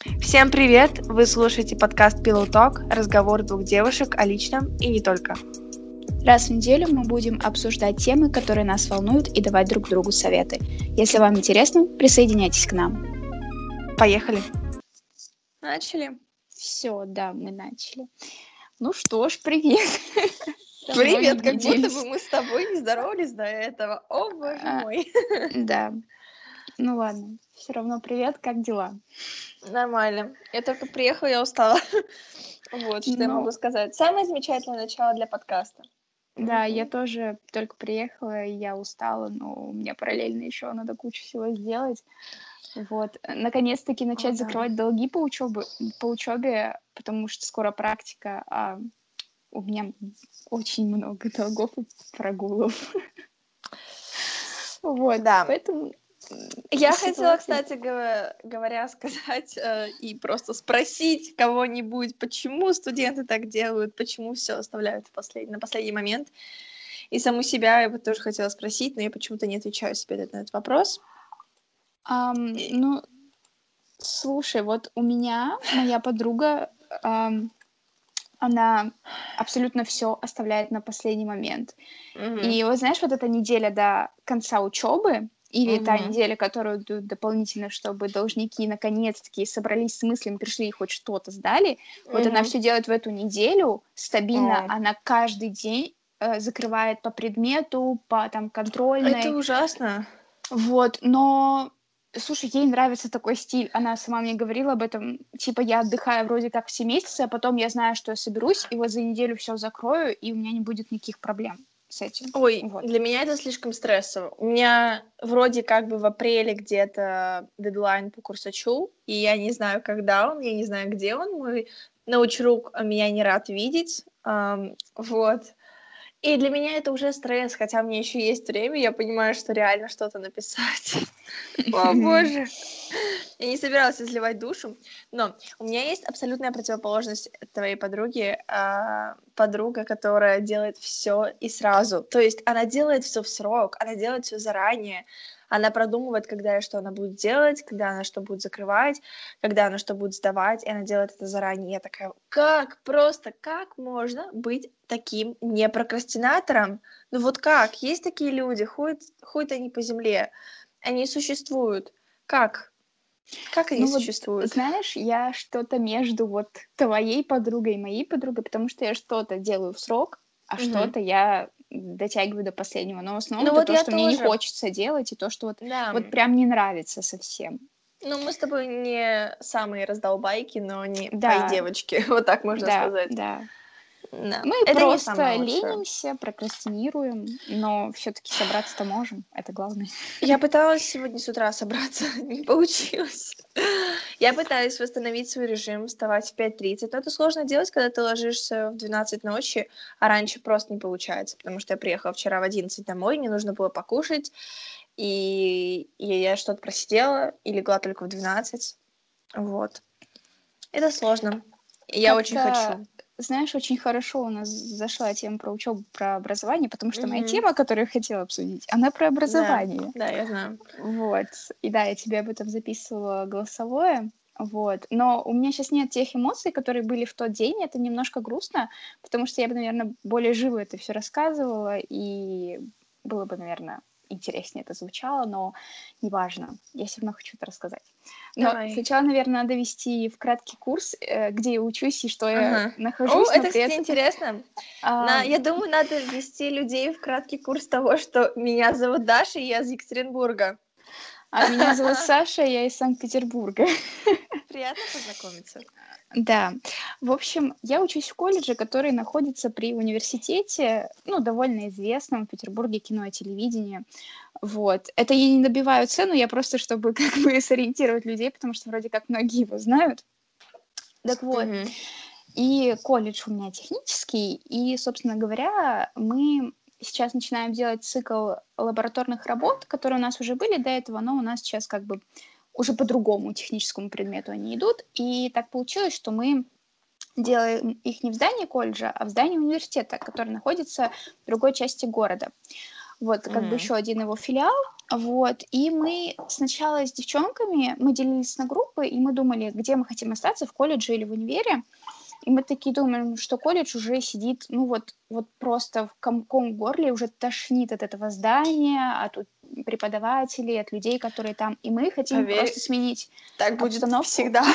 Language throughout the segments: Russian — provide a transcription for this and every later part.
Всем привет! Вы слушаете подкаст Pillow Talk, разговор двух девушек о личном и не только. Раз в неделю мы будем обсуждать темы, которые нас волнуют, и давать друг другу советы. Если вам интересно, присоединяйтесь к нам. Поехали! Начали? Все, да, мы начали. Ну что ж, привет! Привет! Как будто бы мы с тобой не здоровались до этого. О, боже мой! Да. Ну ладно, все равно привет, как дела? Нормально. Я только приехала, я устала. Вот, что я могу сказать. Самое замечательное начало для подкаста. Да, я тоже только приехала, и я устала, но у меня параллельно еще надо кучу всего сделать. Вот. Наконец-таки начать закрывать долги по учебе, потому что скоро практика, а у меня очень много долгов и прогулов. Вот, Да. поэтому... Я хотела, кстати говоря, сказать и просто спросить кого-нибудь, почему студенты так делают, почему все оставляют на последний момент. И саму себя я бы тоже хотела спросить, но я почему-то не отвечаю себе на этот вопрос. Ну, слушай, вот у меня моя подруга, она абсолютно все оставляет на последний момент. И вот знаешь, вот эта неделя до конца учебы или та неделя, которую идут дополнительно, чтобы должники наконец-таки собрались с мыслями, пришли и хоть что-то сдали, вот она все делает в эту неделю стабильно, она каждый день закрывает по предмету, по там контрольной. Это ужасно. Вот, но слушай, ей нравится такой стиль. Она сама мне говорила об этом. Типа, я отдыхаю вроде как все месяцы, а потом я знаю, что я соберусь, и вот за неделю все закрою, и у меня не будет никаких проблем с этим. Ой, Вот. для меня это слишком стрессово. У меня вроде как бы в апреле где-то дедлайн по курсачу, и я не знаю, когда он, я не знаю, где он. Мой научрук меня не рад видеть. Вот. И для меня это уже стресс, хотя у меня еще есть время, я понимаю, что реально что-то написать. О, боже. Я не собиралась изливать душу, но у меня есть абсолютная противоположность твоей подруги, подруга, которая делает все и сразу. То есть она делает все в срок, она делает все заранее, она продумывает, когда и что она будет делать, когда она что будет закрывать, когда она что будет сдавать, и она делает это заранее. Я такая, как можно быть таким не прокрастинатором? Ну вот как? Есть такие люди, ходят они по земле, они существуют. Как? Как они Ну вот, существуют? знаешь, я что-то между вот твоей подругой и моей подругой, потому что я что-то делаю в срок, а что-то я дотягиваю до последнего. Но в основном Ну это вот то, я что мне не тоже. хочется делать, и то, что Да. вот прям не нравится совсем. Ну, мы с тобой не самые раздолбайки, но не Да, пай-девочки, вот так можно сказать. да. Да. Мы Это не просто самое лучшее. ленимся, прокрастинируем, но все-таки собраться-то можем, это главное. Я пыталась сегодня с утра собраться, не получилось. Я пытаюсь восстановить свой режим, вставать в 5:30, но это сложно делать, когда ты ложишься в 12 ночи, а раньше просто не получается, потому что я приехала вчера в 11 домой, мне нужно было покушать, и я что-то просидела и легла только в 12. Вот. Это сложно. Я очень Как-то, хочу. знаешь, очень хорошо у нас зашла тема про учебу, про образование, потому что моя тема, которую я хотела обсудить, она про Да, образование. да, я знаю. Вот. И да, я тебе об этом записывала голосовое. Вот. Но у меня сейчас нет тех эмоций, которые были в тот день. Это немножко грустно, потому что я бы, наверное, более живо это все рассказывала, и было бы, наверное, интереснее это звучало, но неважно. Я все равно хочу это рассказать. Но Давай. сначала, наверное, надо вести в краткий курс, где я учусь и что я О, нахожусь, но это, при кстати, этом... интересно. а, Я думаю, надо ввести людей в краткий курс того, что меня зовут Даша, и я из Екатеринбурга. Меня зовут Саша, я из Санкт-Петербурга. Приятно познакомиться. Да. В общем, я учусь в колледже, который находится при университете, ну, довольно известном в Петербурге, кино и телевидение. Вот. Это я не набиваю цену, я просто, чтобы как бы сориентировать людей, потому что вроде как многие его знают. Так вот. И колледж у меня технический, и, собственно говоря, мы сейчас начинаем делать цикл лабораторных работ, которые у нас уже были до этого, но у нас сейчас как бы уже по другому техническому предмету они идут. И так получилось, что мы делаем их не в здании колледжа, а в здании университета, который находится в другой части города. вот, как бы еще один его филиал, вот, и мы сначала с девчонками, мы делились на группы, и мы думали, где мы хотим остаться, в колледже или в универе, и мы такие думаем, что колледж уже сидит, ну вот просто в комком в горле, уже тошнит от этого здания, от преподавателей, от людей, которые там, и мы хотим просто Поверь, сменить так будет обстановку. всегда.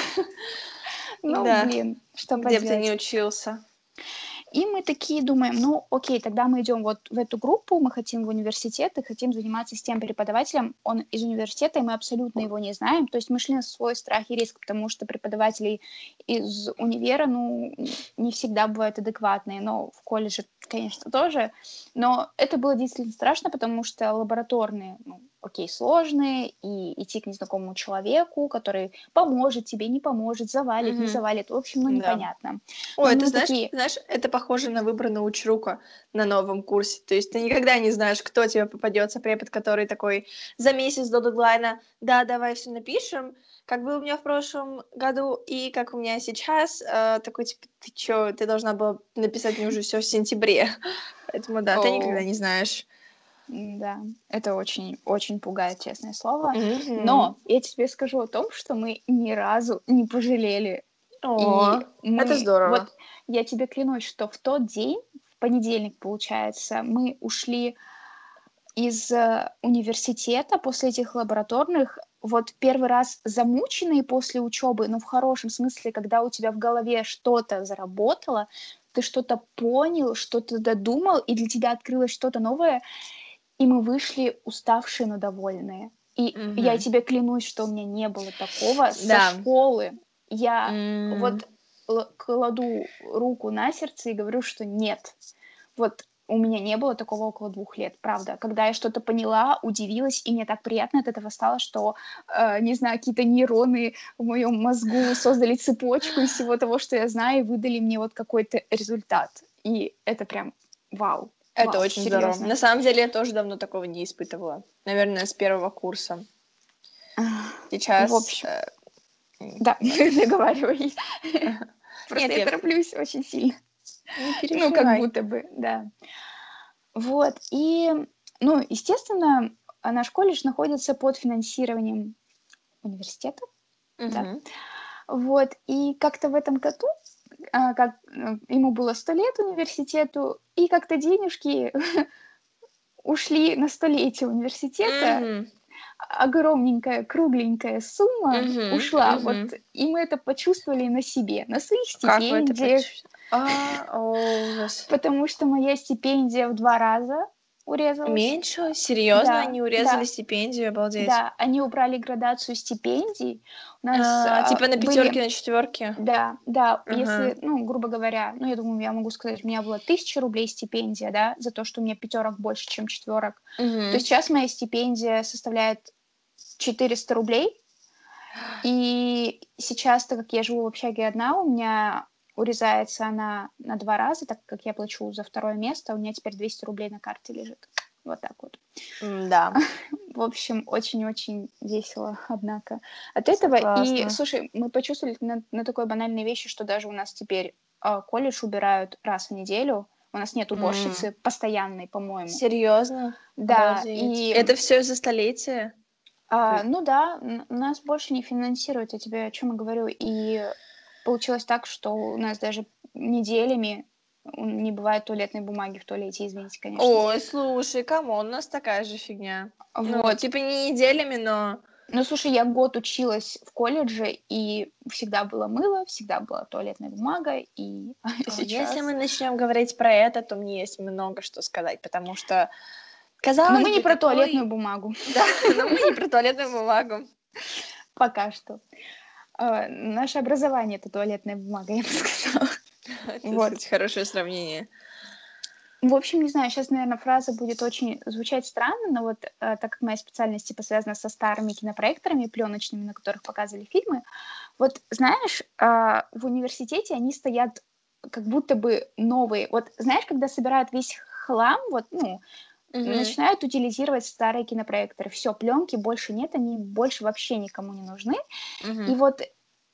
Ну, Да, блин, что где бы ты ни поделать. учился. И мы такие думаем, ну, окей, тогда мы идем вот в эту группу, мы хотим в университет и хотим заниматься с тем преподавателем. Он из университета, и мы абсолютно его не знаем. То есть мы шли на свой страх и риск, потому что преподаватели из универа, ну, не всегда бывают адекватные, но в колледже, конечно, тоже. Но это было действительно страшно, потому что лабораторные, ну, окей, сложные, и идти к незнакомому человеку, который поможет тебе, не поможет, завалит, не Мгм. завалит. В общем, ну, Да. непонятно. Ой, Но ты мы такие, знаешь, это похоже на выбор научрука на новом курсе. То есть ты никогда не знаешь, кто тебе попадется, препод, который такой за месяц до дедлайна, да, давай все напишем, как было у меня в прошлом году и как у меня сейчас, такой, типа, ты чё, ты должна была написать мне уже все в сентябре. Поэтому да, ты никогда о, не знаешь. да, это очень пугает, честное слово. Мгм. Но я тебе скажу о том, что мы ни разу не пожалели. О, И это мы, здорово. вот я тебе клянусь, что в тот день, в понедельник, получается, мы ушли из университета после этих лабораторных, вот первый раз замученные после учебы, но в хорошем смысле, когда у тебя в голове что-то заработало, ты что-то понял, что-то додумал, и для тебя открылось что-то новое, и мы вышли уставшие, но довольные. И я Мгм. тебе клянусь, что у меня не было такого со Да. школы. Я М. вот кладу руку на сердце и говорю, что нет. Вот у меня не было такого около 2 лет, правда. Когда я что-то поняла, удивилась, и мне так приятно от этого стало, что, не знаю, какие-то нейроны в моем мозгу создали цепочку из всего того, что я знаю, и выдали мне вот какой-то результат. И это прям вау, Это вау, очень здорово. серьезно. На самом деле я тоже давно такого не испытывала. Наверное, с первого курса. В Сейчас... общем, м, да, нет. договаривай. Просто Нет, я нет, тороплюсь очень сильно. не Ну, как переживай. будто бы, да. Вот, и, ну, естественно, наш колледж находится под финансированием университета, да. Мгм. Вот, и как-то в этом году, ему было 100 лет университету, и как-то денежки ушли на столетие университета, Мгм. огромненькая, кругленькая сумма Мгм. ушла, вот, Мгм. и мы это почувствовали на себе, на своих Как вы это стипендиях, почувствовали? Ужас. потому что моя стипендия в 2 раза урезалась. Меньше? Серьезно? Да, Они урезали да, стипендию? Обалдеть. да, они убрали градацию стипендий. У нас Типа на были, пятерки, на четверки? да, да, Ага. если, ну, грубо говоря, ну, я думаю, я могу сказать, у меня было 1000 рублей стипендия, да, за то, что у меня пятерок больше, чем четверок, то Мгм. сейчас моя стипендия составляет 400 рублей, и сейчас, так как я живу в общаге одна, у меня урезается она на 2 раза, так как я плачу за второе место, у меня теперь 200 рублей на карте лежит. Вот так вот. Да, В общем, очень-очень весело, однако, от этого. И, классно. слушай, мы почувствовали на такой банальной вещи, что даже у нас теперь колледж убирают раз в неделю. У нас нет уборщицы постоянной, по-моему. Серьезно? Да, Обалдеть. и, Это все за столетие? ну да, нас больше не финансируют, я тебе о чем и говорю. И получилось так, что у нас даже неделями не бывает туалетной бумаги в туалете, извините, конечно. Ой, слушай, камон, у нас такая же фигня. Ну, Вот. типа не неделями, но... Ну, слушай, я год училась в колледже, и всегда было мыло, всегда была туалетная бумага, и Если мы сейчас... начнем говорить про это, то мне есть много что сказать, потому что, Но казалось мы не бы, про туалетную такой... бумагу Да, но мы не про туалетную бумагу. пока что. Наше образование — это туалетная бумага, я бы сказала. Это, Вот. кстати, хорошее сравнение. В общем, не знаю, сейчас, наверное, фраза будет очень звучать странно, но вот так как моя специальность типа связана со старыми кинопроекторами пленочными, на которых показывали фильмы, вот знаешь, в университете они стоят как будто бы новые. Вот знаешь, когда собирают весь хлам, вот, ну, Мгм. начинают утилизировать старые кинопроекторы. Все, пленки больше нет, они больше вообще никому не нужны. И Мгм. вот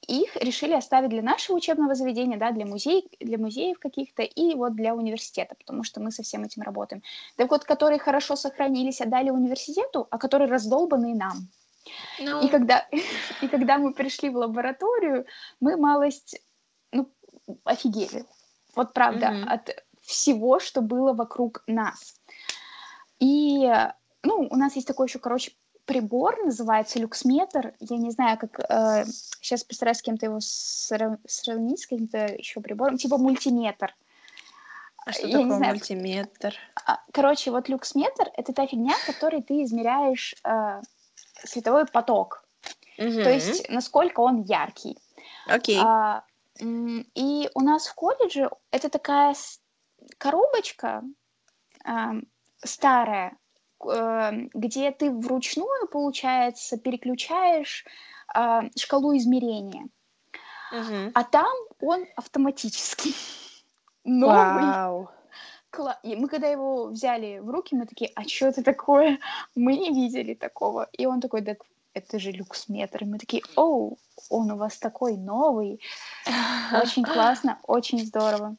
их решили оставить для нашего учебного заведения, да, для музеев каких-то и вот для университета, потому что мы со всем этим работаем. Так вот, которые хорошо сохранились, отдали университету, а которые раздолбанные нам. И Ну, когда, и когда мы пришли в лабораторию, мы малость, ну, офигели. Вот правда, мгм. от всего, что было вокруг нас. И, ну, у нас есть такой еще, короче, прибор, называется люксметр. Я не знаю, как... сейчас постараюсь с кем-то его сравнить, с каким-то еще прибором. Типа мультиметр. А что Я не такое знаю. мультиметр? Короче, вот люксметр — это та фигня, которой ты измеряешь световой поток. То Мгм. есть, насколько он яркий. Окей. А, и у нас в колледже это такая коробочка старая, где ты вручную, получается, переключаешь шкалу измерения. Мгм. А там он автоматический, новый. Вау. И мы когда его взяли в руки, мы такие, а что это такое? Мы не видели такого. И он такой, да это же люксметр. И мы такие, оу, он у вас такой новый. Очень классно, очень здорово.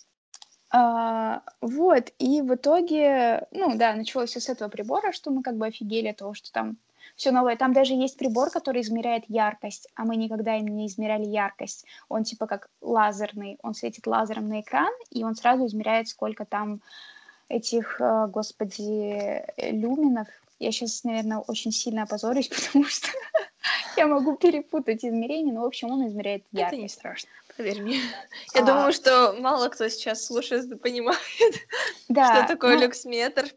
Вот, и в итоге, ну да, началось все с этого прибора, что мы как бы офигели от того, что там все новое. Там даже есть прибор, который измеряет яркость, а мы никогда им не измеряли яркость. Он типа как лазерный, он светит лазером на экран, и он сразу измеряет, сколько там этих, господи, люминов. Я сейчас, наверное, очень сильно опозорюсь, потому что я могу перепутать измерения, но, в общем, он измеряет Это не яркость. страшно, поверь мне. Я А, думаю, что мало кто сейчас слушает и понимает, что да, такое ну, люксметр,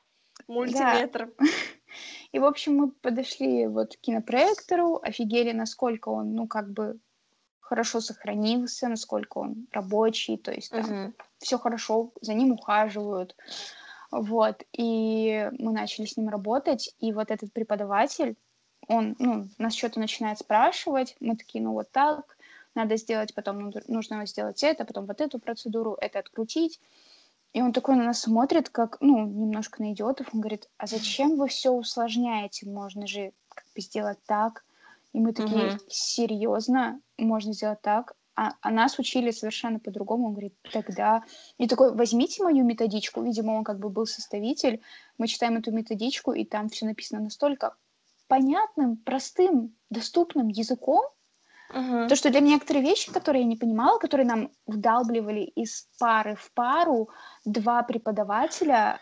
да. мультиметр. И, в общем, мы подошли вот к кинопроектору, офигели, насколько он, ну, как бы хорошо сохранился, насколько он рабочий, то есть там Мгм. все хорошо, за ним ухаживают. Вот, и мы начали с ним работать, и вот этот преподаватель, он, ну, нас что-то начинает спрашивать, мы такие, ну, вот так, надо сделать, потом нужно сделать это, потом вот эту процедуру, это открутить. И он такой на нас смотрит, как, ну, немножко на идиотов. Он говорит, а зачем вы все усложняете? Можно же как бы сделать так. И мы такие, Мгм. серьезно, можно сделать так? А нас учили совершенно по-другому. Он говорит, тогда... И такой, возьмите мою методичку. Видимо, он как бы был составитель. Мы читаем эту методичку, и там все написано настолько понятным, простым, доступным языком, Мгм. то, что для меня некоторые вещи, которые я не понимала, которые нам вдалбливали из пары в пару два преподавателя,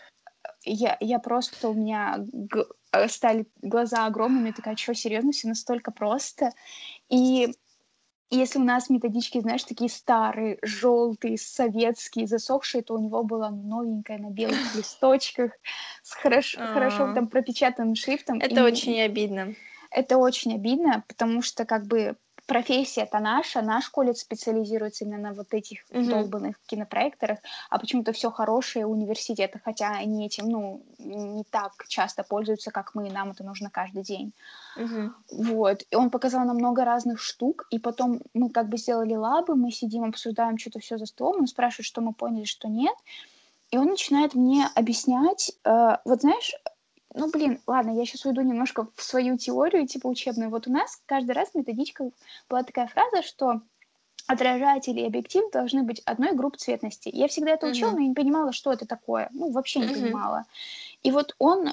я просто, у меня стали глаза огромными, такая, что, серьезно, все настолько просто? И если у нас методички, знаешь, такие старые, желтые, советские, засохшие, то у него было новенькое на белых листочках с хорошо А, там пропечатанным шрифтом. И Это очень обидно. это очень обидно, потому что как бы профессия-то наша, наш колледж специализируется именно на вот этих Мгм. долбанных кинопроекторах, а почему-то все хорошие университеты, хотя они этим, ну, не так часто пользуются, как мы, нам это нужно каждый день. Мгм. Вот, и он показал нам много разных штук, и потом мы как бы сделали лабы, мы сидим, обсуждаем что-то все за столом, он спрашивает, что мы поняли, что нет, и он начинает мне объяснять, вот знаешь, ну, блин, ладно, я сейчас уйду немножко в свою теорию, типа учебную. Вот у нас каждый раз в методичках была такая фраза, что отражатель и объектив должны быть одной группы цветности. Я всегда это учила, Мгм. но я не понимала, что это такое. Ну, вообще не Мгм. понимала. И вот он,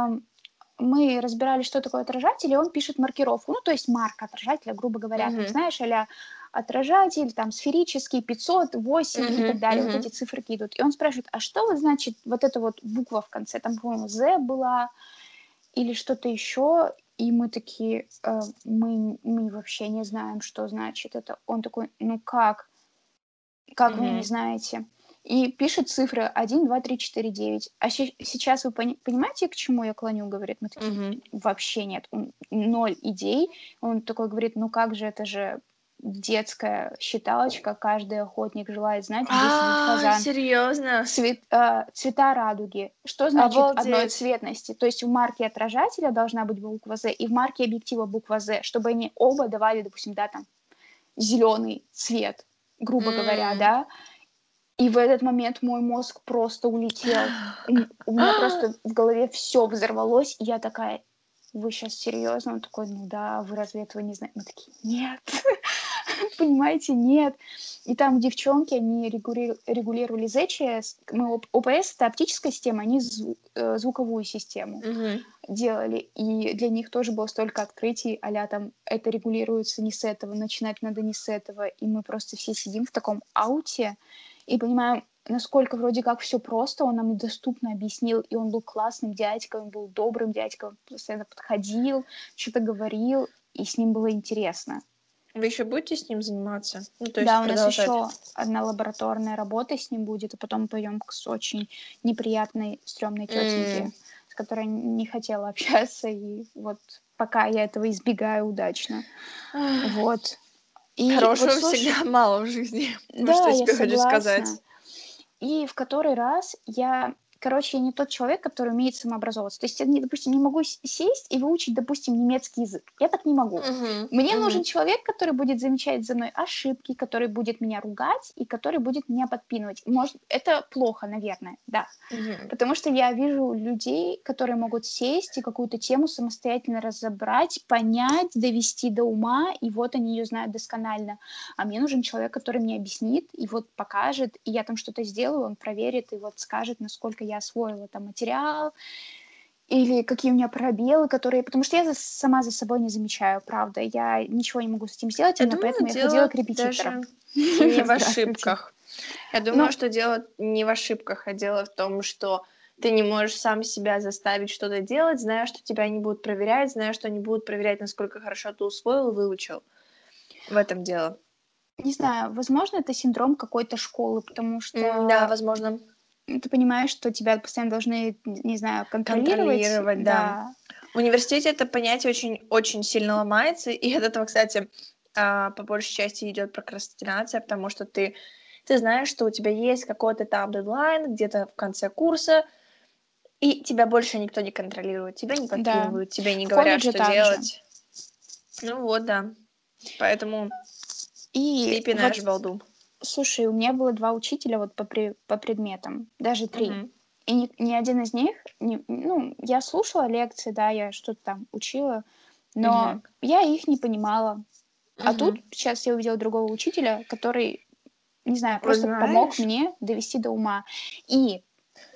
мы разбирали, что такое отражатель, и он пишет маркировку. Ну, то есть марка отражателя, грубо говоря, там, Мгм. знаешь, а отражатель, там, сферический, 500, 8 и так Мгм. далее. Вот Мгм. эти циферки идут. И он спрашивает, а что вот значит вот эта вот буква в конце? Там, по-моему, Z была, или что-то еще, и мы такие, мы вообще не знаем, что значит это. Он такой, ну как вы не Мгм. знаете? И пишет цифры 1, 2, 3, 4, 9. А сейчас вы понимаете, к чему я клоню, говорит? Мы такие, Мгм. вообще нет, ноль идей. Он такой говорит, ну как же, это же детская считалочка, каждый охотник желает знать, где сидит фазан. Серьезно? Цвета радуги. Что значит одной Обалдеть. цветности? То есть в марке отражателя должна быть буква Z, и в марке объектива буква Z, чтобы они оба давали, допустим, да, там, зеленый цвет, грубо говоря, М. да. И в этот момент мой мозг просто улетел. У меня просто в голове все взорвалось, и я такая, вы сейчас серьезно? Он такой, ну да, вы разве этого не знаете? Мы такие, нет. понимаете, нет. И там девчонки, они регулировали ЗЧС, мы ОПС — это оптическая система, они звуковую систему Мгм. делали, и для них тоже было столько открытий, а-ля там это регулируется не с этого, начинать надо не с этого, и мы просто все сидим в таком ауте и понимаем, насколько вроде как все просто, он нам доступно объяснил, и он был классным дядькой, он был добрым дядькой, он постоянно подходил, что-то говорил, и с ним было интересно. Вы еще будете с ним заниматься? Ну, то есть Да, у нас продолжать? еще одна лабораторная работа с ним будет, а потом пойдем к очень неприятной, стрёмной тетеньке, с которой не хотела общаться, и вот пока я этого избегаю удачно. Ах, Вот. И вот Хорошего слушай, всегда мало в жизни. Вот что да, я я тебе хочу согласна. сказать. И в который раз я не тот человек, который умеет самообразовываться. То есть я, допустим, не могу сесть и выучить, допустим, немецкий язык. Я так не могу. Мгм, Мне нужен мгм, человек, который будет замечать за мной ошибки, который будет меня ругать и который будет меня подпинывать. Может, это плохо, наверное, да. мгм. Потому что я вижу людей, которые могут сесть и какую-то тему самостоятельно разобрать, понять, довести до ума, и вот они ее знают досконально. А мне нужен человек, который мне объяснит и вот покажет, и я там что-то сделаю, он проверит и вот скажет, насколько я освоила там материал, или какие у меня пробелы, которые... Потому что я сама за собой не замечаю, правда. Я ничего не могу с этим сделать, Я именно думаю, поэтому я ходила дело к репетиторам. даже не в Здравствуйте. ошибках. Я думаю, Ну, что дело не в ошибках, а дело в том, что ты не можешь сам себя заставить что-то делать, зная, что тебя не будут проверять, зная, что они будут проверять, насколько хорошо ты усвоил и выучил. В этом дело. не знаю, возможно, это синдром какой-то школы, потому Да, что возможно, ты понимаешь, что тебя постоянно должны, не знаю, контролировать. контролировать, да. Да, В университете это понятие очень сильно ломается, и от этого, кстати, по большей части идет прокрастинация, потому что ты знаешь, что у тебя есть какой-то там дедлайн где-то в конце курса, и тебя больше никто не контролирует, тебя не да. подпинывают, тебе не В говорят, колледже что также. делать. Ну вот, да. Поэтому И ты вот, пинаешь балду. слушай, у меня было 2 учителя вот по предметам, даже 3. Мгм. И ни один из них, ну, я слушала лекции, да, я что-то там учила, но Мгм. я их не понимала. А тут Мгм. сейчас я увидела другого учителя, который, не знаю, Вот просто помог знаешь, мне довести до ума. И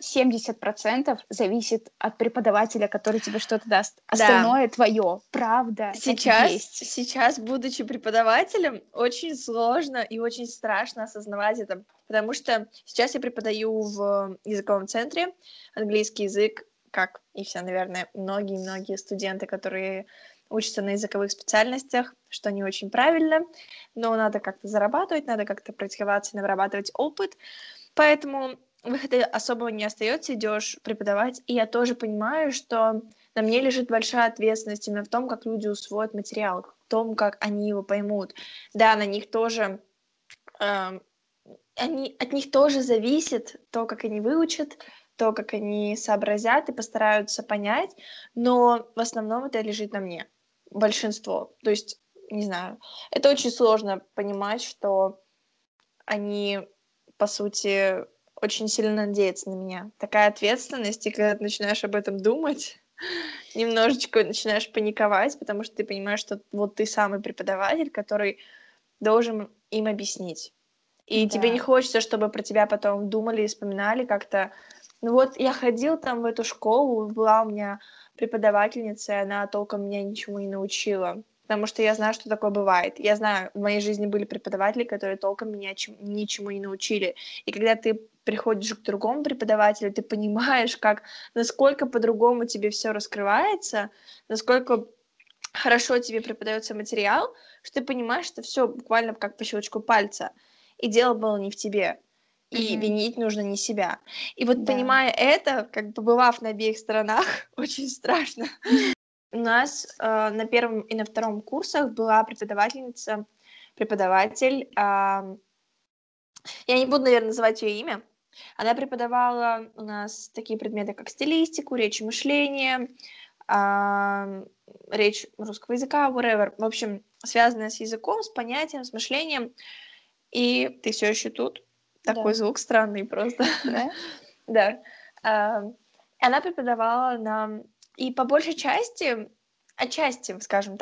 70% зависит от преподавателя, который тебе что-то даст. да, Остальное твое. Правда, так и есть. сейчас, будучи преподавателем, очень сложно и очень страшно осознавать это, потому что сейчас я преподаю в языковом центре английский язык, как и все, наверное, многие-многие студенты, которые учатся на языковых специальностях, что не очень правильно, но надо как-то зарабатывать, надо как-то практиковаться, нарабатывать опыт, поэтому выхода особого не остается, идешь преподавать, и я тоже понимаю, что на мне лежит большая ответственность именно в том, как люди усвоят материал, в том, как они его поймут. Да, на них тоже, эм, от них тоже зависит то, как они выучат, то, как они сообразят и постараются понять, но в основном это лежит на мне. Большинство. То есть, не знаю, это очень сложно понимать, что они, по сути, очень сильно надеются на меня. Такая ответственность, и когда ты начинаешь об этом думать, немножечко начинаешь паниковать, потому что ты понимаешь, что вот ты самый преподаватель, который должен им объяснить. И тебе не Да. хочется, чтобы про тебя потом думали и вспоминали как-то. Ну вот я ходил там в эту школу, была у меня преподавательница, и она толком меня ничему не научила. Потому что я знаю, что такое бывает. Я знаю, в моей жизни были преподаватели, которые толком меня ничему не научили. И когда ты приходишь к другому преподавателю, ты понимаешь, как, насколько по-другому тебе все раскрывается, насколько хорошо тебе преподается материал, что ты понимаешь, что все буквально как по щелчку пальца. И дело было не в тебе. И Мгм. винить нужно не себя. И вот Да. понимая это, как бы побывав на обеих сторонах, очень страшно. У нас на первом и на втором курсах была преподаватель. Я не буду, наверное, называть ее имя. Она преподавала у нас такие предметы, как стилистику, речь и мышление, а, речь русского языка, whatever. В общем, связанная с языком, с понятием, с мышлением. И ты все еще тут? Такой Да. звук странный просто. Да? Да. А, Она преподавала нам, и по большей части, отчасти, скажем так,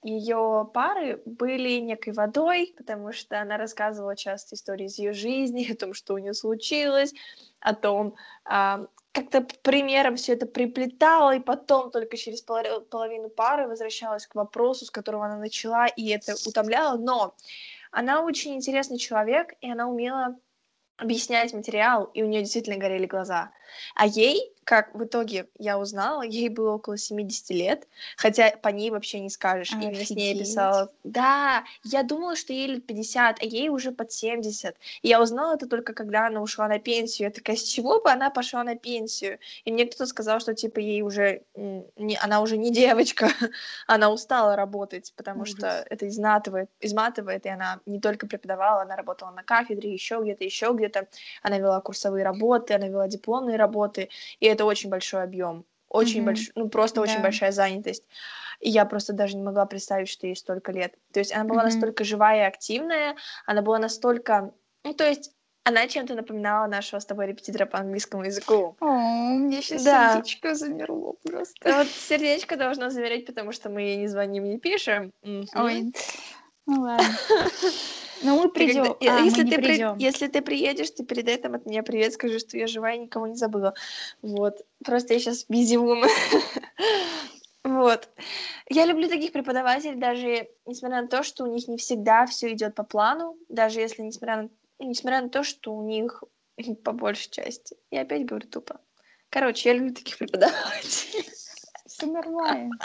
ее пары были некой водой, потому что она рассказывала часто истории из ее жизни, о том, что у нее случилось, о том, как-то примером все это приплетала, и потом только через половину пары возвращалась к вопросу, с которого она начала, и это утомляло. Но она очень интересный человек, и она умела объяснять материал, и у нее действительно горели глаза. А ей, как в итоге я узнала, ей было около 70 лет, хотя по ней вообще не скажешь. Именно с ней я Офигеть. писала. Да, я думала, что ей лет 50, а ей уже под 70. И я узнала это только когда она ушла на пенсию. Я такая, с чего бы она пошла на пенсию? И мне кто-то сказал, что типа ей уже, она уже не девочка, она устала работать, потому Ужас. что это изматывает, и она не только преподавала, она работала на кафедре, еще где-то, она вела курсовые работы, она вела дипломные работы, и это очень большой объем, очень Мгм. большой, ну просто очень Да. большая занятость. И я просто даже не могла представить, что ей столько лет. То есть она была Мгм. настолько живая и активная, она была настолько, ну то есть она чем-то напоминала нашего с тобой репетитора по английскому языку. О, у меня сейчас Да, сердечко замерло просто. вот сердечко должно замереть, потому что мы ей не звоним, не пишем. Мгм. Ой, ну ладно. Но мы Ты когда... придем. А, мы не придем. Если ты приедешь, ты передай там от меня привет, скажи, что я жива и никого не забыла. Вот. Просто я сейчас busy woman. Вот. Я люблю таких преподавателей, даже несмотря на то, что у них не всегда все идет по плану, даже если несмотря на то, что у них по большей части. Я опять говорю тупо. Короче, я люблю таких преподавателей. Все нормально.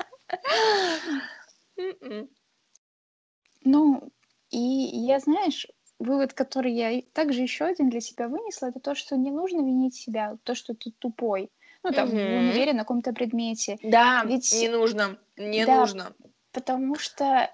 М-м. Ну, и я, знаешь, вывод, который я также еще один для себя вынесла, это то, что не нужно винить себя, то, что ты тупой. Ну, там, в Мгм. универе на каком-то предмете. Да, не Ведь, нужно, не да, нужно. потому что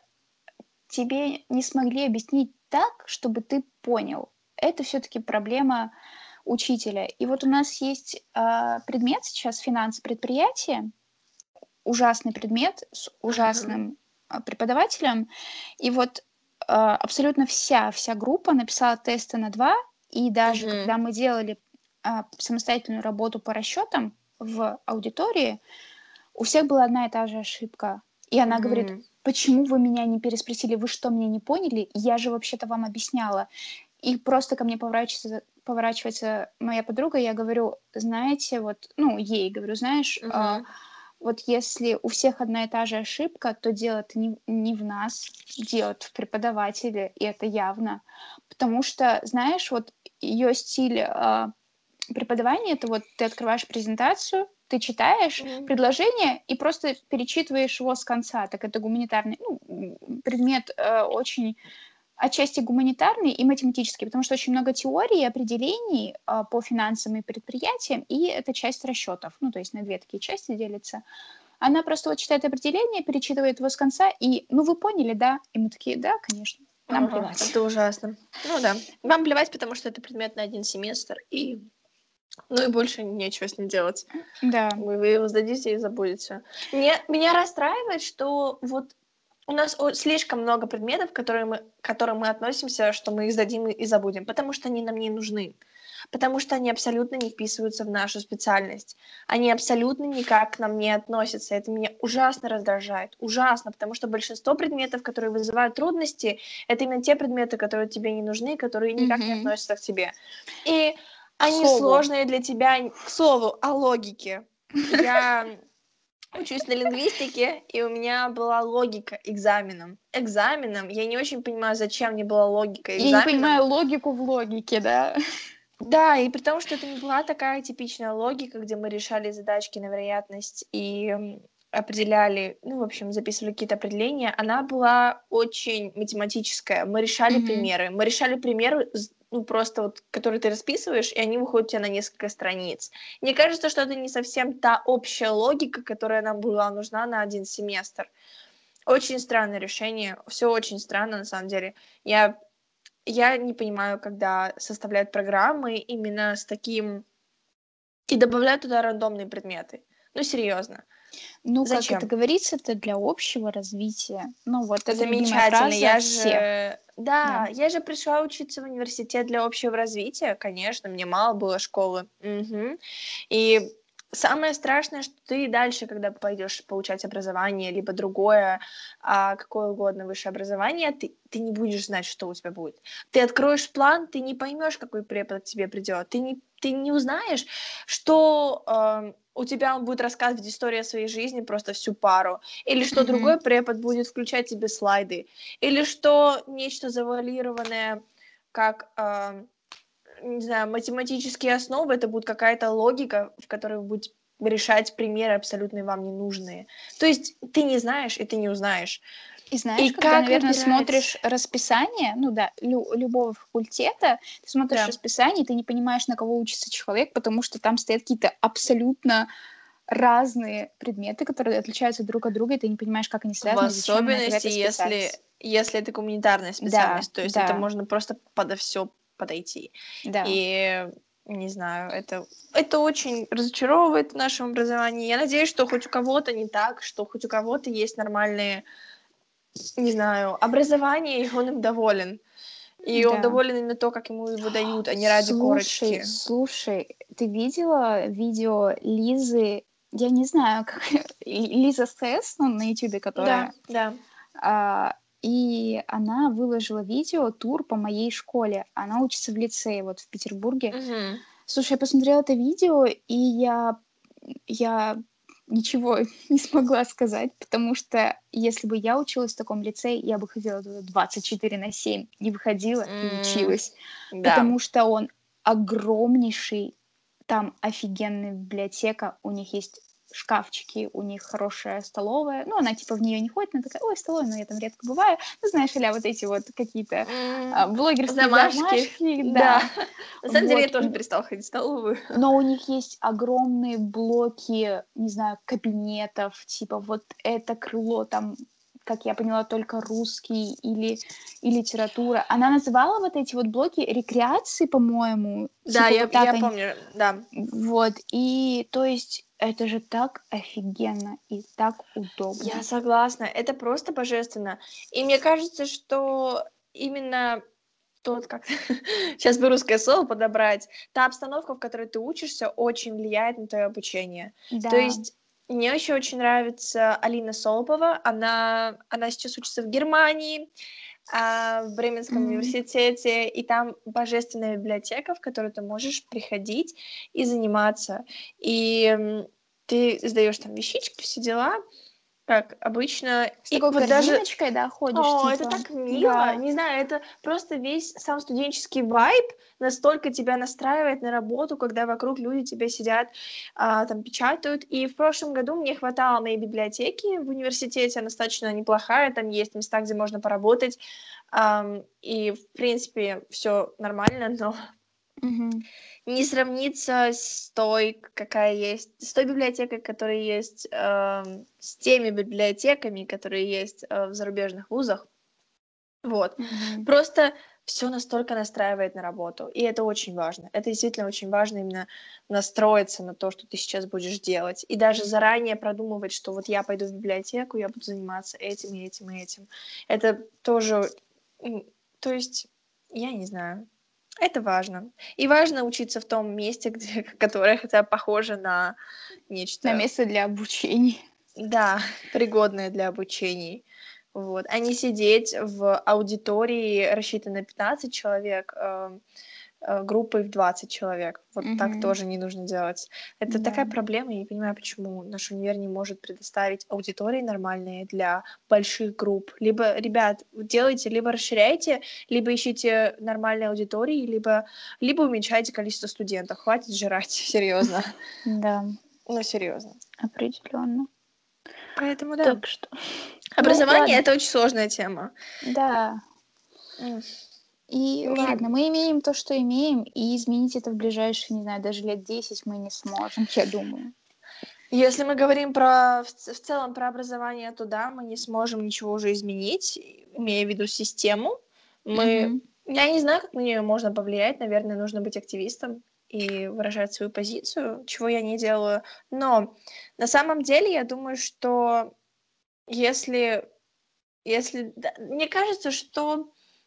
тебе не смогли объяснить так, чтобы ты понял. Это все-таки проблема учителя. И вот у нас есть предмет сейчас финансы предприятия, ужасный предмет с Ага. ужасным преподавателем. И вот абсолютно вся группа написала тесты на 2, и даже Мгм. когда мы делали самостоятельную работу по расчетам в аудитории, у всех была одна и та же ошибка. И она говорит: Мгм. почему вы меня не переспросили, вы что, меня не поняли? Я же вообще-то вам объясняла. И просто ко мне поворачивается моя подруга, я говорю, знаете, вот, ну, ей говорю, знаешь, Мгм. вот если у всех одна и та же ошибка, то дело-то не в нас, дело в преподавателе, и это явно. Потому что, знаешь, вот ее стиль преподавания — это вот ты открываешь презентацию, ты читаешь Мгм. предложение и просто перечитываешь его с конца. Так это гуманитарный, ну, предмет очень отчасти гуманитарный и математический, потому что очень много теорий и определений по финансам и предприятиям, и это часть расчетов. Ну, то есть на две такие части делится. Она просто вот читает определение, перечитывает его с конца, и, ну, вы поняли, да? И мы такие, да, конечно, нам Ага, плевать. это ужасно. Ну да. Вам плевать, потому что это предмет на один семестр, и ну и больше нечего с ним делать. Да. Вы его сдадите и забудете. Меня расстраивает, что вот у нас слишком много предметов, к которым мы относимся, что мы их сдадим и забудем, потому что они нам не нужны. Потому что они абсолютно не вписываются в нашу специальность. Они абсолютно никак к нам не относятся. Это меня ужасно раздражает. Ужасно, потому что большинство предметов, которые вызывают трудности, это именно те предметы, которые тебе не нужны, которые никак не Мгм. относятся к тебе. И К они слову, сложные для тебя. К слову, о логике. Я учусь на лингвистике, и у меня была логика экзаменом. Экзаменом. Я не очень понимаю, зачем мне была логика я не экзаменом. понимаю логику в логике, да? Да, и при том, что это не была такая типичная логика, где мы решали задачки на вероятность и определяли, ну, в общем, записывали какие-то определения, она была очень математическая. Мы решали Мгм. примеры. Мы решали примеры, ну, просто вот, которые ты расписываешь, и они выходят у тебя на несколько страниц. Мне кажется, что это не совсем та общая логика, которая нам была нужна на один семестр. Очень странное решение, все очень странно, на самом деле. Я не понимаю, когда составляют программы именно с таким и добавляют туда рандомные предметы. Ну, серьезно. Ну, как это Зачем? говорится, это для общего развития. Ну, вот это любимая Замечательно. фраза Я всех. же... Да. Да, я же пришла учиться в университет для общего развития. Конечно, мне мало было школы. Мгм. И Самое страшное, что ты дальше, когда пойдешь получать образование, либо другое, какое угодно высшее образование, ты не будешь знать, что у тебя будет. Ты откроешь план, ты не поймешь, какой препод к тебе придет. Ты не узнаешь, что у тебя он будет рассказывать историю о своей жизни просто всю пару, или что Мгм. другой препод будет включать тебе слайды, или что нечто завуалированное, как не знаю, математические основы, это будет какая-то логика, в которой вы будете решать примеры абсолютно вам ненужные. То есть ты не знаешь, и ты не узнаешь. И И знаешь, когда, как наверное, выбирать? смотришь расписание, ну да, любого факультета, ты смотришь Да, расписание, и ты не понимаешь, на кого учится человек, потому что там стоят какие-то абсолютно разные предметы, которые отличаются друг от друга, и ты не понимаешь, как они в связаны и зачем на особенности, это специальность. если это гуманитарная Да, специальность, то есть это да, можно просто подо все подойти. да. И не знаю, это очень разочаровывает в нашем образовании. Я надеюсь, что хоть у кого-то не так, что хоть у кого-то есть нормальные, не знаю, образование, и он им доволен. И он Да. доволен именно то, как ему его дают, а не ради Слушай, корочки. слушай, ты видела видео Лизы, я не знаю, как Лиза СС, ну, на Ютубе, Да, которая, да. а, и она выложила видео, тур по моей школе. Она учится в лицее, вот в Петербурге. Мгм. Слушай, я посмотрела это видео, и я ничего не смогла сказать, потому что если бы я училась в таком лицее, я бы ходила туда 24/7, не выходила и М, училась, Да. потому что он огромнейший, там офигенная библиотека, у них есть шкафчики, у них хорошая столовая, ну, она типа в нее не ходит, она такая, ой, столовая, но я там редко бываю, ну, знаешь, а вот эти вот какие-то блогерские Замашки. замашки, Да. да, На самом деле я вот, тоже перестала ходить в столовую. но у них есть огромные блоки, не знаю, кабинетов, типа вот это крыло там, как я поняла, только русский или и литература. Она называла вот эти вот блоки рекреации, по-моему, Да, типа вот так я они. помню, да. Вот, и то есть это же так офигенно и так Я удобно. согласна, это просто божественно. И мне кажется, что именно тот, как сейчас бы русское слово подобрать, та обстановка, в которой ты учишься, очень влияет на твое обучение. То Да. есть мне еще очень нравится Алина Солопова. Она сейчас учится в Германии, в Бременском М. университете, и там божественная библиотека, в которую ты можешь приходить и заниматься. И ты сдаешь там вещички, все дела, как обычно. С И такой вот даже корзиночкой, да, ходишь, о, это типа. так мило. Да. Не знаю, это просто весь сам студенческий вайб настолько тебя настраивает на работу, когда вокруг люди тебе сидят, там печатают. И в прошлом году мне хватало моей библиотеки в университете, она достаточно неплохая, там есть места, где можно поработать. И, в принципе, все нормально, но Мгм. не сравнится с той, какая есть, с той библиотекой, которая есть, с теми библиотеками, которые есть в зарубежных вузах. Вот. Мгм. Просто все настолько настраивает на работу, и это очень важно. Это действительно очень важно именно настроиться на то, что ты сейчас будешь делать. И даже заранее продумывать, что вот я пойду в библиотеку, я буду заниматься этим и этим и этим. Это тоже, то есть, я не знаю, это важно. И важно учиться в том месте, где которое хотя бы похоже на На нечто, место для обучения. да, пригодное для обучения. Вот. А не сидеть в аудитории, рассчитанной на 15 человек, группой в 20 человек. Вот так Мгм. тоже не нужно делать. Это Да. такая проблема, я не понимаю, почему наш универ не может предоставить аудитории нормальные для больших групп. Либо, ребят, делайте, либо расширяйте, либо ищите нормальные аудитории, либо уменьшайте количество студентов. Хватит жрать, серьезно. Да, Ну, серьезно. определенно. Поэтому да. Так что, ну, Образование — ладно, это очень сложная тема. да. М, И ладно, мы имеем то, что имеем, и изменить это в ближайшие, не знаю, даже лет 10 мы не сможем, я думаю. Если мы говорим про в целом про образование, то да, мы не сможем ничего уже изменить, имея в виду систему. Мы Мгм. Я не знаю, как на нее можно повлиять. Наверное, нужно быть активистом и выражать свою позицию, чего я не делаю. Но на самом деле я думаю, что если мне кажется, что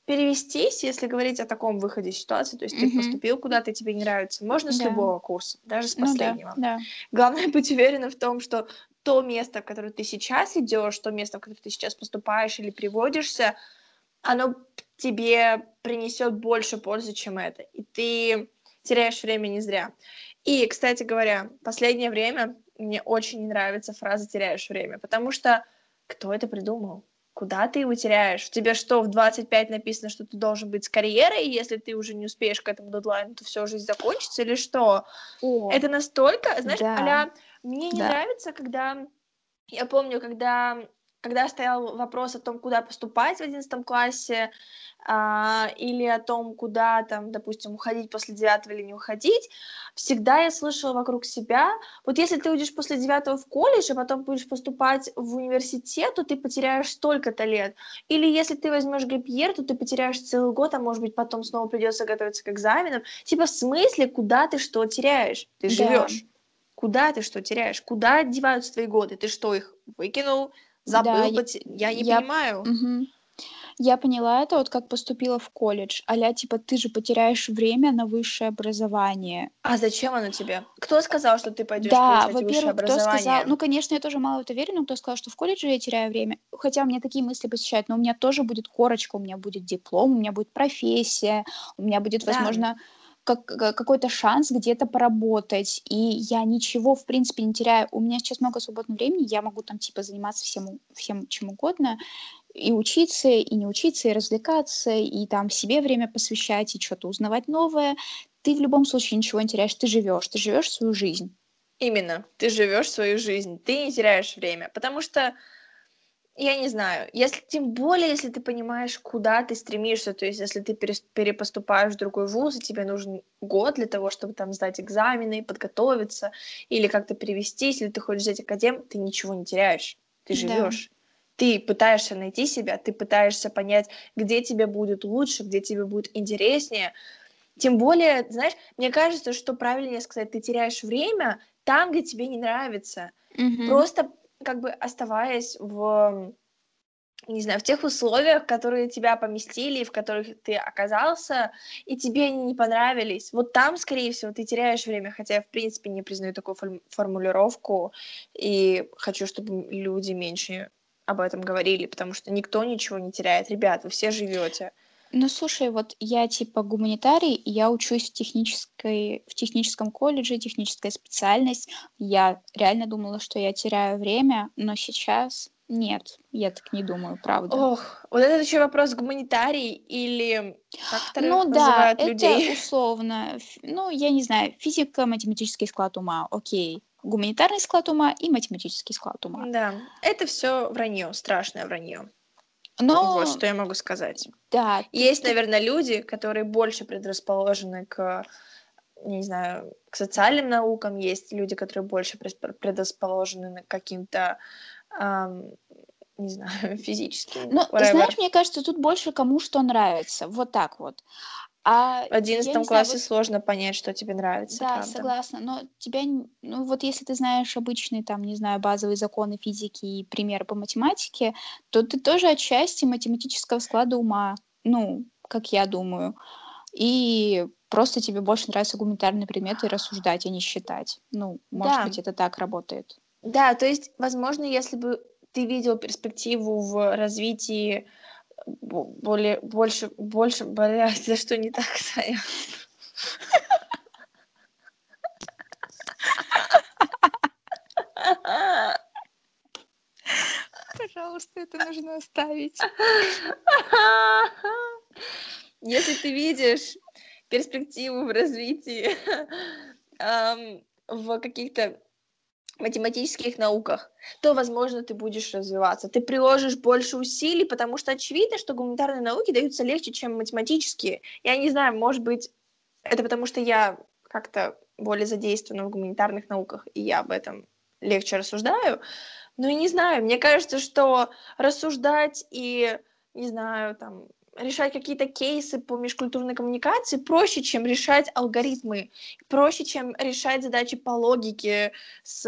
перевестись, если говорить о таком выходе из ситуации, то есть ты Мгм. поступил куда-то, тебе не нравится, можно с Да. любого курса, даже с Ну да, последнего. да. Главное быть уверенным в том, что то место, в которое ты сейчас идешь, то место, в которое ты сейчас поступаешь или приводишься, оно тебе принесет больше пользы, чем это. И ты теряешь время не зря. И, кстати говоря, последнее время мне очень не нравится фраза «теряешь время», потому что кто это придумал? Куда ты его теряешь? У тебя что, в 25 написано, что ты должен быть с карьерой, и если ты уже не успеешь к этому дедлайну, то все, жизнь закончится, или что? О, Это настолько, знаешь, да, а-ля мне не да. нравится, когда я помню, когда стоял вопрос о том, куда поступать в 11 классе, или о том, куда там, допустим, уходить после 9 или не уходить, всегда я слышала вокруг себя, вот если ты уйдешь после 9 в колледж, а потом будешь поступать в университет, то ты потеряешь столько-то лет. Или если ты возьмешь гэп-йер, то ты потеряешь целый год, а может быть потом снова придется готовиться к экзаменам. Типа в смысле, куда ты что теряешь? Ты Да, живешь. Куда ты что теряешь? Куда деваются твои годы? Ты что, их выкинул, да, забыл? Я не я понимаю. мгм. Я поняла это, вот как поступила в колледж. Типа, ты же потеряешь время на высшее образование. А зачем оно тебе? Кто сказал, что ты пойдешь Да, получать высшее во-первых, кто сказал, образование? ну, конечно, я тоже мало в это верю, но кто сказал, что в колледже я теряю время. Хотя у меня такие мысли посещают, но у меня тоже будет корочка, у меня будет диплом, у меня будет профессия, у меня будет, Да, возможно, какой-то шанс где-то поработать, и я ничего, в принципе, не теряю. У меня сейчас много свободного времени, я могу там, типа, заниматься всем чем угодно, и учиться, и не учиться, и развлекаться, и там себе время посвящать, и что-то узнавать новое. Ты в любом случае ничего не теряешь, ты живешь свою жизнь. именно. Ты живешь свою жизнь, ты не теряешь время. Потому что, я не знаю, если, тем более, если ты понимаешь, куда ты стремишься, то есть если ты перепоступаешь в другой вуз, и тебе нужен год для того, чтобы там сдать экзамены, подготовиться, или как-то перевестись, или ты хочешь взять академ, ты ничего не теряешь, ты Да. живешь. Ты пытаешься найти себя, ты пытаешься понять, где тебе будет лучше, где тебе будет интереснее. Тем более, знаешь, мне кажется, что правильнее сказать, ты теряешь время там, где тебе не нравится. Мгм. Просто как бы оставаясь в, не знаю, в тех условиях, которые тебя поместили, в которых ты оказался, и тебе они не понравились. Вот там, скорее всего, ты теряешь время, хотя я, в принципе, не признаю такую формулировку, и хочу, чтобы люди меньше об этом говорили, потому что никто ничего не теряет. Ребят, вы все живете. Ну, слушай, вот я типа гуманитарий, и я учусь в техническом колледже, техническая специальность. Я реально думала, что я теряю время, но сейчас нет, я так не думаю, правда. Ох, вот это еще вопрос гуманитарий или как Ну вторых да, называют это людей? условно, ну, я не знаю, физико-математический склад ума, окей. Гуманитарный склад ума и математический склад ума. Да, это все вранье, страшное вранье. Вот Но что я могу сказать. да, Есть, наверное, люди, которые больше предрасположены к, не знаю, к социальным наукам, есть люди, которые больше предрасположены к каким-то, ам, не знаю, физическим, ну, whatever. знаешь, мне кажется, тут больше кому что нравится, вот так вот. В Я не 11 знаю, классе вот сложно понять, что тебе нравится, да, правда. согласна, но ну вот если ты знаешь обычные там, не знаю, базовые законы физики и примеры по математике, то ты тоже отчасти математического склада ума, ну, как я думаю. И просто тебе больше нравятся гуманитарные предметы и рассуждать, а не считать. Ну, может быть, Да, это так работает. да, то есть, возможно, если бы ты видел перспективу в развитии больше, блядь, за что не так, Саня? Пожалуйста, это нужно оставить. Если ты видишь перспективу в развитии в каких-то математических науках, то, возможно, ты будешь развиваться. Ты приложишь больше усилий, потому что очевидно, что гуманитарные науки даются легче, чем математические. Я не знаю, может быть, это потому что я как-то более задействована в гуманитарных науках, и я об этом легче рассуждаю. Но я не знаю, мне кажется, что рассуждать и, не знаю, там, решать какие-то кейсы по межкультурной коммуникации проще, чем решать алгоритмы, проще, чем решать задачи по логике с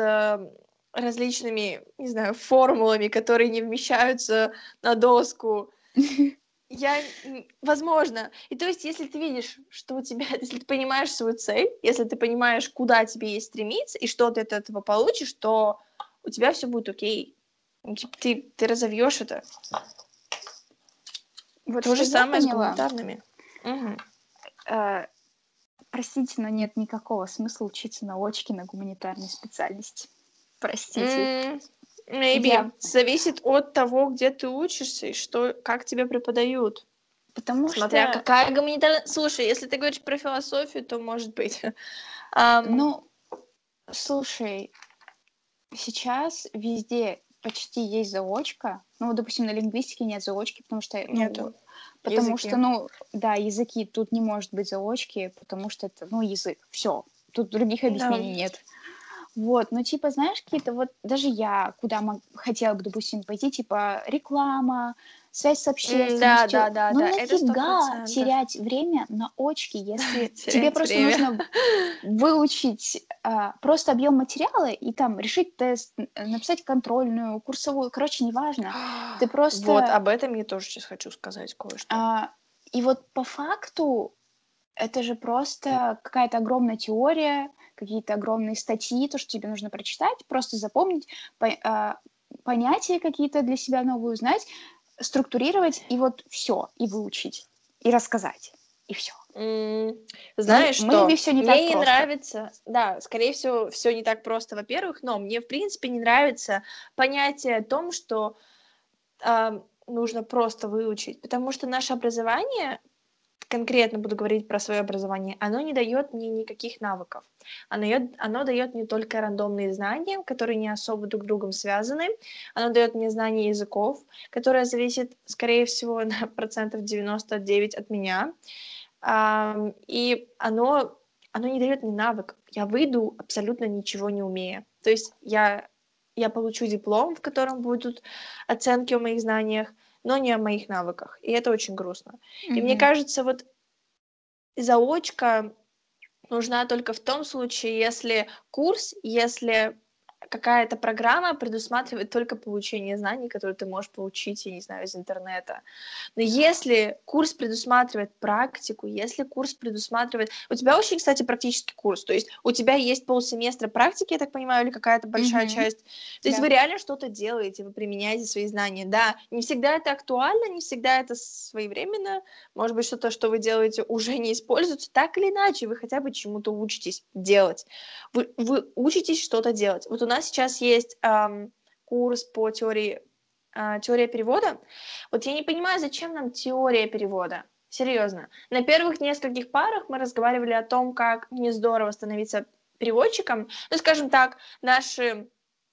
различными, не знаю, формулами, которые не вмещаются на доску. Возможно. И то есть, если ты видишь, что у тебя, если ты понимаешь свою цель, если ты понимаешь, куда тебе есть стремиться, и что ты от этого получишь, то у тебя все будет окей. Типа, ты разовьешь это. Вот То что же я самое с поняла, гуманитарными. Угу. простите, но нет никакого смысла учиться на очке на гуманитарной специальности. Простите. Maybe. Я... Зависит от того, где ты учишься и что, как тебе преподают. Потому Смотря что, какая гуманитарная... Слушай, если ты говоришь про философию, то может быть. ну, слушай, сейчас везде почти есть заочка. Ну, вот, допустим, на лингвистике нет заочки, Нету. потому Языки. что, ну, да, языки, тут не может быть заочки, потому что это, ну, язык, все. Тут других Да. объяснений нет. Вот, ну, типа, знаешь, какие-то вот, даже я, куда хотела бы, допустим, пойти, типа, реклама, связь с общественностью, Да. ну, Это нафига 100%. терять время на очки, если тебе Терять просто время. нужно выучить просто объем материала и там решить тест, написать контрольную, курсовую, короче, неважно. Ты Вот, просто... об этом я тоже сейчас хочу сказать кое-что. и вот по факту это же просто какая-то огромная теория, какие-то огромные статьи, то, что тебе нужно прочитать, просто запомнить, понятия какие-то для себя новые узнать, структурировать, и вот все, и выучить, и рассказать, и все. Знаешь Maybe что? все не так Мне не просто. нравится, да, скорее всего, все не так просто, во-первых, но мне, в принципе, не нравится понятие о том, что нужно просто выучить, потому что наше образование, конкретно буду говорить про свое образование, оно не дает мне никаких навыков. Оно дает мне только рандомные знания, которые не особо друг с другом связаны. Оно дает мне знания языков, которые зависят, скорее всего, на процентов 99 от меня. И оно не дает мне навык. Я выйду абсолютно ничего не умея. То есть я получу диплом, в котором будут оценки о моих знаниях, но не о моих навыках. И это очень грустно. И мне Мгм. кажется, вот заочка нужна только в том случае, если какая-то программа предусматривает только получение знаний, которые ты можешь получить, я не знаю, из интернета. Но если курс предусматривает практику, если курс предусматривает... У тебя очень, кстати, практический курс, то есть у тебя есть полсеместра практики, я так понимаю, или какая-то большая Мгм. часть. То есть Да. вы реально что-то делаете, вы применяете свои знания. Да, не всегда это актуально, не всегда это своевременно, может быть, что-то, что вы делаете, уже не используется. Так или иначе, вы хотя бы чему-то учитесь делать. Вы учитесь что-то делать. Вот у нас сейчас есть курс по теория перевода. Вот я не понимаю, зачем нам теория перевода. Серьезно. На первых нескольких парах мы разговаривали о том, как не здорово становиться переводчиком. Ну, скажем так, наши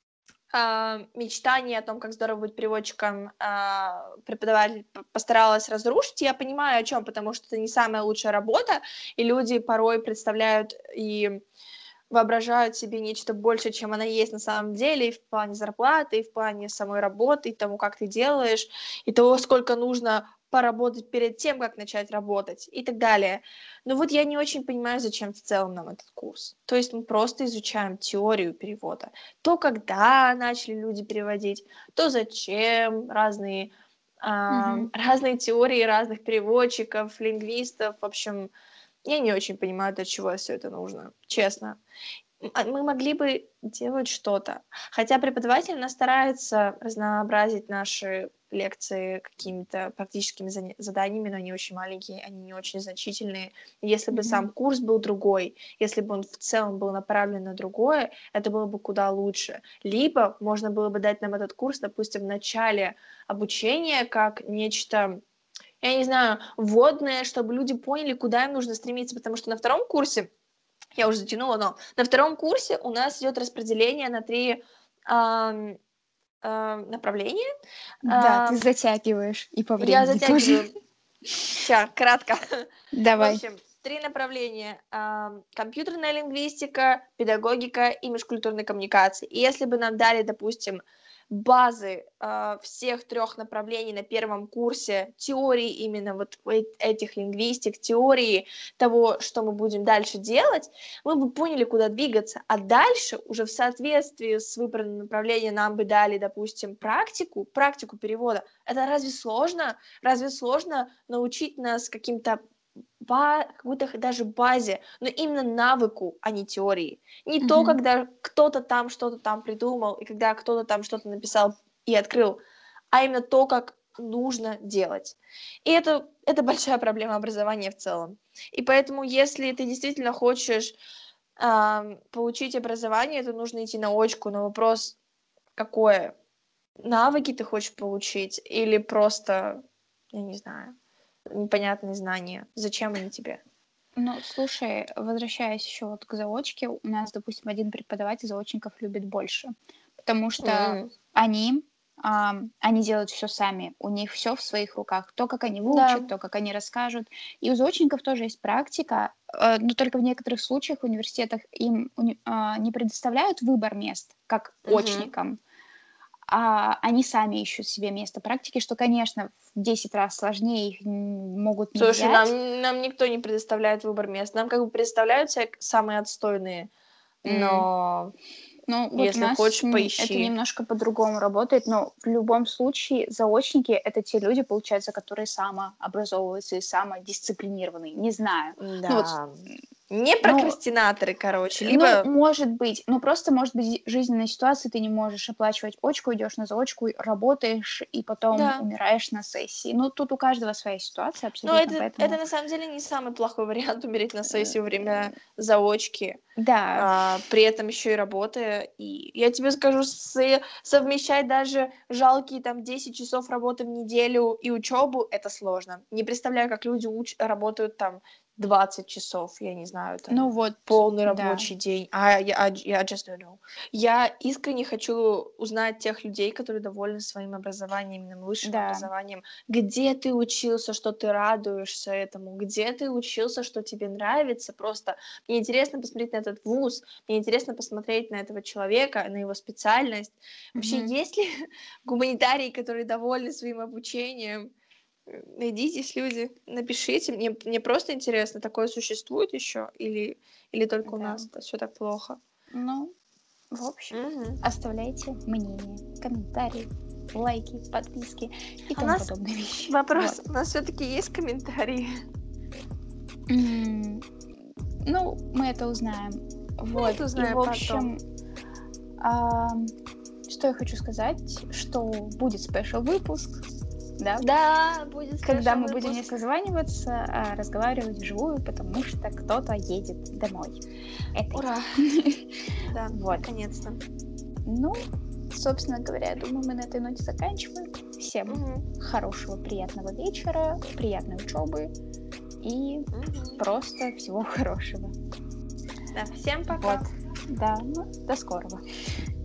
мечтание о том, как здорово быть переводчиком, преподаватель постаралась разрушить. Я понимаю, о чем, потому что это не самая лучшая работа, и люди порой представляют и воображают себе нечто больше, чем она есть на самом деле, и в плане зарплаты, и в плане самой работы, и тому, как ты делаешь, и того, сколько нужно поработать перед тем, как начать работать, и так далее. Но вот я не очень понимаю, зачем в целом нам этот курс. То есть мы просто изучаем теорию перевода. То, когда начали люди переводить, то зачем, Мгм. разные теории разных переводчиков, лингвистов, в общем, я не очень понимаю, для чего все это нужно, честно. Мы могли бы делать что-то. Хотя преподаватель нас старается разнообразить наши лекции какими-то практическими заданиями, но они очень маленькие, они не очень значительные. И если бы сам Мгм. курс был другой, если бы он в целом был направлен на другое, это было бы куда лучше. Либо можно было бы дать нам этот курс, допустим, в начале обучения, как нечто, я не знаю, вводное, чтобы люди поняли, куда им нужно стремиться, потому что на втором курсе, я уже затянула, но на втором курсе у нас идет распределение на 3 направления. Да, ты затягиваешь и по Я времени тоже. затягиваю. Сейчас, кратко. В Давай. общем, 3 направления: компьютерная лингвистика, педагогика и межкультурные коммуникации. И если бы нам дали, допустим, базы всех 3 направлений на первом курсе, теории именно вот этих лингвистик, теории того, что мы будем дальше делать, мы бы поняли, куда двигаться. А дальше уже в соответствии с выбранным направлением нам бы дали, допустим, практику перевода. Это разве сложно? Разве сложно научить нас каким-то какой-то даже базе, но именно навыку, а не теории. Не то, когда кто-то там что-то там придумал, и когда кто-то там что-то написал и открыл, а именно то, как нужно делать. И это большая проблема образования в целом. И поэтому, если ты действительно хочешь получить образование, то нужно идти на очку, но вопрос какое? Навыки ты хочешь получить или просто, я не знаю, непонятные знания? Зачем они тебе? Ну, слушай, возвращаясь еще вот к заочке, у нас, допустим, один преподаватель заочников любит больше, потому что они делают все сами, у них все в своих руках, то, как они выучат, Да. то, как они расскажут. И у заочников тоже есть практика, но только в некоторых случаях в университетах им не предоставляют выбор мест, как очникам, а они сами ищут себе место практики, что, конечно, в 10 раз сложнее, их могут не Слушай, взять. нам никто не предоставляет выбор мест. Нам как бы предоставляют самые отстойные, М. но Ну, вот у если нас хочешь, это поищи. немножко по-другому работает, но в любом случае заочники — это те люди, получается, которые самообразовываются и самодисциплинированные. Не знаю. Ну вот, Да. Не ну, прокрастинаторы, короче. ну, Либо, может быть, ну просто, может быть, жизненная ситуация, ты не можешь оплачивать очку, идешь на заочку, работаешь и потом да. умираешь на сессии. Ну, тут у каждого своя ситуация Но абсолютно, это поэтому на самом деле не самый плохой вариант умереть на сессии во время заочки. да. При этом еще и работая. И я тебе скажу, совмещать даже жалкие там 10 часов работы в неделю и учебу это сложно. Не представляю, как люди работают там 20 часов, я не знаю, Ну там вот, полный да. рабочий день. Я just don't know. Я искренне хочу узнать тех людей, которые довольны своим образованием, именно высшим Да. образованием. Где ты учился, что ты радуешься этому? Где ты учился, что тебе нравится? Просто мне интересно посмотреть на этот вуз, мне интересно посмотреть на этого человека, на его специальность. Вообще, Мгм. есть ли гуманитарии, которые довольны своим обучением? Найдитесь, люди, напишите. Мне просто интересно, такое существует еще или только у Да. нас это все так плохо? Ну, в общем, Мгм. оставляйте мнение, комментарии, лайки, подписки и У тому нас подобные вещи. Вот. вопрос, у нас все-таки есть комментарии. М, Ну, мы это узнаем. Мы Вот. это И, в узнаем потом. общем, ам, что я хочу сказать, что будет спешл-выпуск, да, Да, будет когда спешл мы будем не выпуск. созваниваться, а разговаривать вживую, потому что кто-то едет домой. Это Ура! я. Да, Вот. наконец-то. Ну, собственно говоря, я думаю, мы на этой ноте заканчиваем. Всем Мгм. хорошего, приятного вечера, приятной учебы и Мгм. просто всего хорошего. Да, всем Вот. пока. Да, ну, до скорого.